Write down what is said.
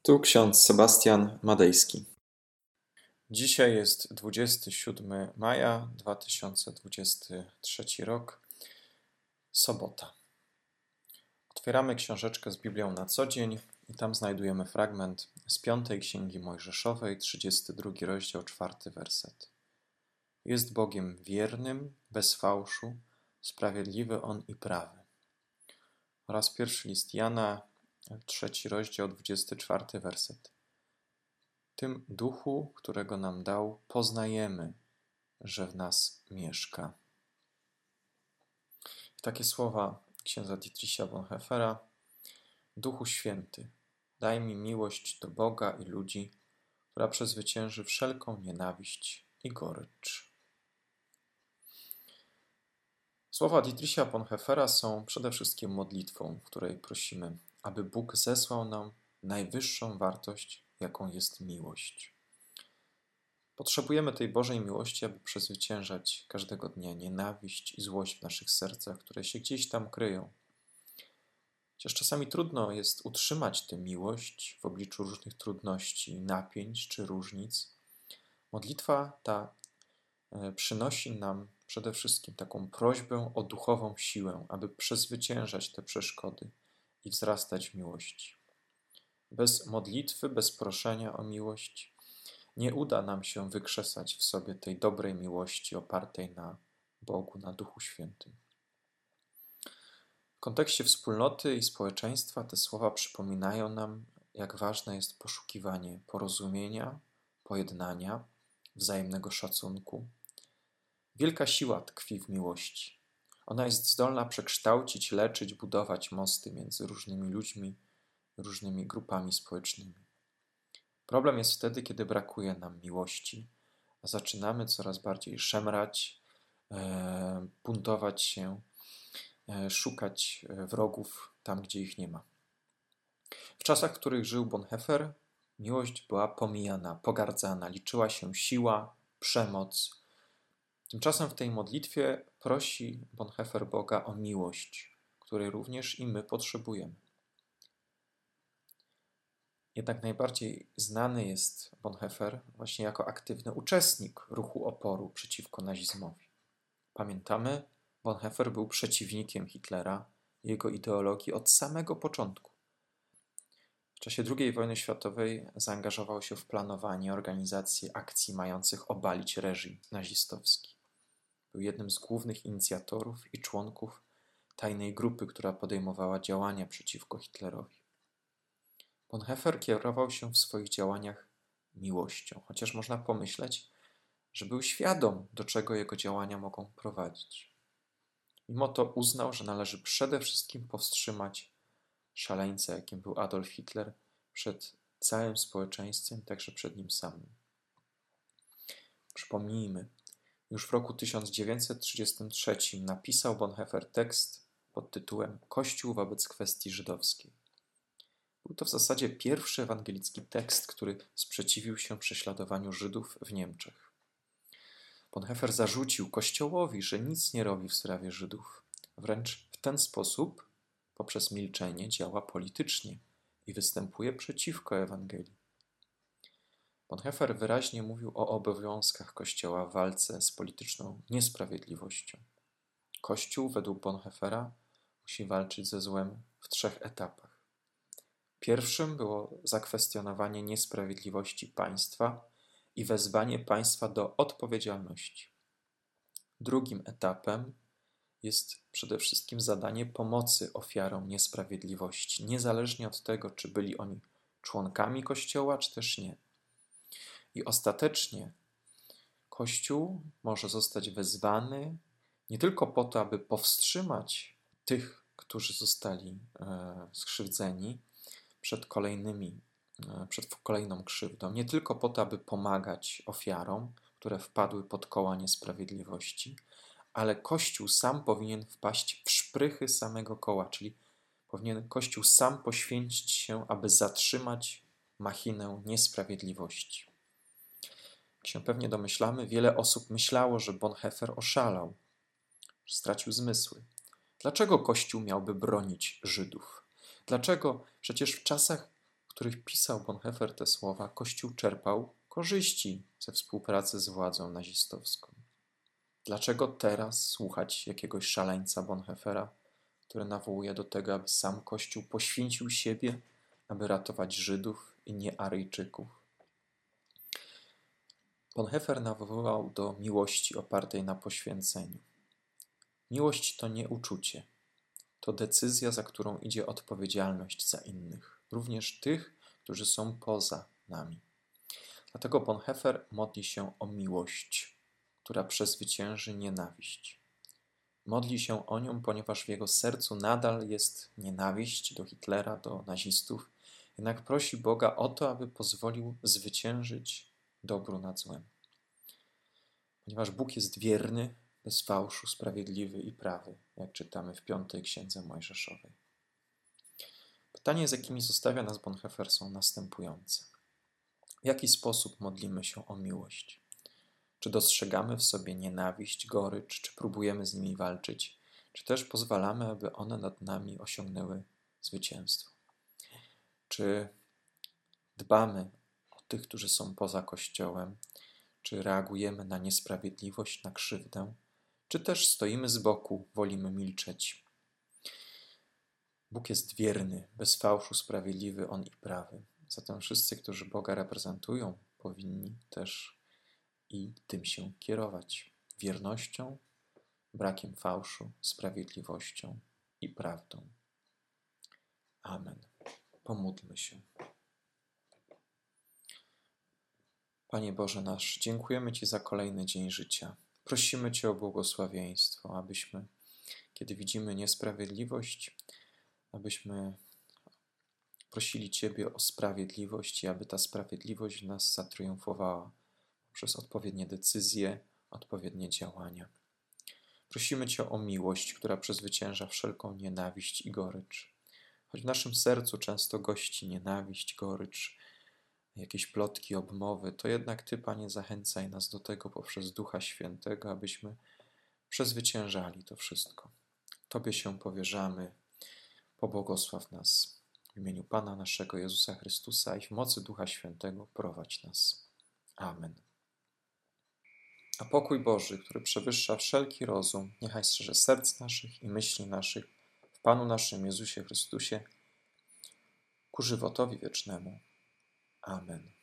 Tu ksiądz Sebastian Madejski. Dzisiaj jest 27 maja 2023 rok, sobota. Otwieramy książeczkę z Biblią na co dzień i tam znajdujemy fragment z 5 Księgi Mojżeszowej, 32 rozdział, 4 werset. Jest Bogiem wiernym, bez fałszu, sprawiedliwy On i prawy. Oraz pierwszy list Jana, 3 rozdział, 24 werset. Tym duchu, którego nam dał, poznajemy, że w nas mieszka. Takie słowa księdza Dietricha Bonhoeffera. Duchu Święty, daj mi miłość do Boga i ludzi, która przezwycięży wszelką nienawiść i gorycz. Słowa Dietricha Bonhoeffera są przede wszystkim modlitwą, w której prosimy, aby Bóg zesłał nam najwyższą wartość, jaką jest miłość. Potrzebujemy tej Bożej miłości, aby przezwyciężać każdego dnia nienawiść i złość w naszych sercach, które się gdzieś tam kryją. Chociaż czasami trudno jest utrzymać tę miłość w obliczu różnych trudności, napięć czy różnic, modlitwa ta przynosi nam przede wszystkim taką prośbę o duchową siłę, aby przezwyciężać te przeszkody i wzrastać w miłości. Bez modlitwy, bez proszenia o miłość nie uda nam się wykrzesać w sobie tej dobrej miłości opartej na Bogu, na Duchu Świętym. W kontekście wspólnoty i społeczeństwa te słowa przypominają nam, jak ważne jest poszukiwanie porozumienia, pojednania, wzajemnego szacunku. Wielka siła tkwi w miłości. Ona jest zdolna przekształcić, leczyć, budować mosty między różnymi ludźmi, różnymi grupami społecznymi. Problem jest wtedy, kiedy brakuje nam miłości, a zaczynamy coraz bardziej szemrać, buntować się, szukać wrogów tam, gdzie ich nie ma. W czasach, w których żył Bonhoeffer, miłość była pomijana, pogardzana, liczyła się siła, przemoc. Tymczasem w tej modlitwie prosi Bonhoeffer Boga o miłość, której również i my potrzebujemy. Jednak najbardziej znany jest Bonhoeffer właśnie jako aktywny uczestnik ruchu oporu przeciwko nazizmowi. Pamiętamy, Bonhoeffer był przeciwnikiem Hitlera i jego ideologii od samego początku. W czasie II wojny światowej zaangażował się w planowanie organizacji akcji mających obalić reżim nazistowski. Był jednym z głównych inicjatorów i członków tajnej grupy, która podejmowała działania przeciwko Hitlerowi. Bonhoeffer kierował się w swoich działaniach miłością, chociaż można pomyśleć, że był świadom, do czego jego działania mogą prowadzić. Mimo to uznał, że należy przede wszystkim powstrzymać szaleńca, jakim był Adolf Hitler, przed całym społeczeństwem, także przed nim samym. Przypomnijmy, już w roku 1933 napisał Bonhoeffer tekst pod tytułem Kościół wobec kwestii żydowskiej. Był to w zasadzie pierwszy ewangelicki tekst, który sprzeciwił się prześladowaniu Żydów w Niemczech. Bonhoeffer zarzucił Kościołowi, że nic nie robi w sprawie Żydów. Wręcz w ten sposób, poprzez milczenie, działa politycznie i występuje przeciwko Ewangelii. Bonhoeffer wyraźnie mówił o obowiązkach Kościoła w walce z polityczną niesprawiedliwością. Kościół, według Bonhoeffera, musi walczyć ze złem w 3 etapach. Pierwszym było zakwestionowanie niesprawiedliwości państwa i wezwanie państwa do odpowiedzialności. Drugim etapem jest przede wszystkim zadanie pomocy ofiarom niesprawiedliwości, niezależnie od tego, czy byli oni członkami Kościoła, czy też nie. I ostatecznie Kościół może zostać wezwany nie tylko po to, aby powstrzymać tych, którzy zostali skrzywdzeni przed kolejną krzywdą, nie tylko po to, aby pomagać ofiarom, które wpadły pod koła niesprawiedliwości, ale Kościół sam powinien wpaść w szprychy samego koła, czyli powinien Kościół sam poświęcić się, aby zatrzymać machinę niesprawiedliwości. Jak się pewnie domyślamy, wiele osób myślało, że Bonhoeffer oszalał, że stracił zmysły. Dlaczego Kościół miałby bronić Żydów? Dlaczego przecież w czasach, w których pisał Bonhoeffer te słowa, Kościół czerpał korzyści ze współpracy z władzą nazistowską. Dlaczego teraz słuchać jakiegoś szaleńca Bonhoeffera, który nawołuje do tego, aby sam Kościół poświęcił siebie, aby ratować Żydów i nie Aryjczyków? Bonhoeffer nawoływał do miłości opartej na poświęceniu. Miłość to nie uczucie, to decyzja, za którą idzie odpowiedzialność za innych, również tych, którzy są poza nami. Dlatego Bonhoeffer modli się o miłość, która przezwycięży nienawiść. Modli się o nią, ponieważ w jego sercu nadal jest nienawiść do Hitlera, do nazistów, jednak prosi Boga o to, aby pozwolił zwyciężyć dobru nad złem. Ponieważ Bóg jest wierny, bez fałszu, sprawiedliwy i prawy, jak czytamy w 5. Księdze Mojżeszowej. Pytanie, z jakimi zostawia nas Bonhoeffer, są następujące. W jaki sposób modlimy się o miłość? Czy dostrzegamy w sobie nienawiść, gorycz, czy próbujemy z nimi walczyć, czy też pozwalamy, aby one nad nami osiągnęły zwycięstwo? Czy dbamy o tych, którzy są poza Kościołem, czy reagujemy na niesprawiedliwość, na krzywdę, czy też stoimy z boku, wolimy milczeć? Bóg jest wierny, bez fałszu, sprawiedliwy, On i prawy. Zatem wszyscy, którzy Boga reprezentują, powinni też i tym się kierować. Wiernością, brakiem fałszu, sprawiedliwością i prawdą. Amen. Pomódlmy się. Panie Boże nasz, dziękujemy Ci za kolejny dzień życia. Prosimy Cię o błogosławieństwo, abyśmy, kiedy widzimy niesprawiedliwość, abyśmy prosili Ciebie o sprawiedliwość i aby ta sprawiedliwość w nas zatriumfowała przez odpowiednie decyzje, odpowiednie działania. Prosimy Cię o miłość, która przezwycięża wszelką nienawiść i gorycz. Choć w naszym sercu często gości nienawiść, gorycz, jakieś plotki, obmowy, to jednak Ty, Panie, zachęcaj nas do tego poprzez Ducha Świętego, abyśmy przezwyciężali to wszystko. Tobie się powierzamy. Pobłogosław nas. W imieniu Pana naszego Jezusa Chrystusa i w mocy Ducha Świętego prowadź nas. Amen. A pokój Boży, który przewyższa wszelki rozum, niechaj strzeże serc naszych i myśli naszych w Panu naszym Jezusie Chrystusie ku żywotowi wiecznemu. Amen.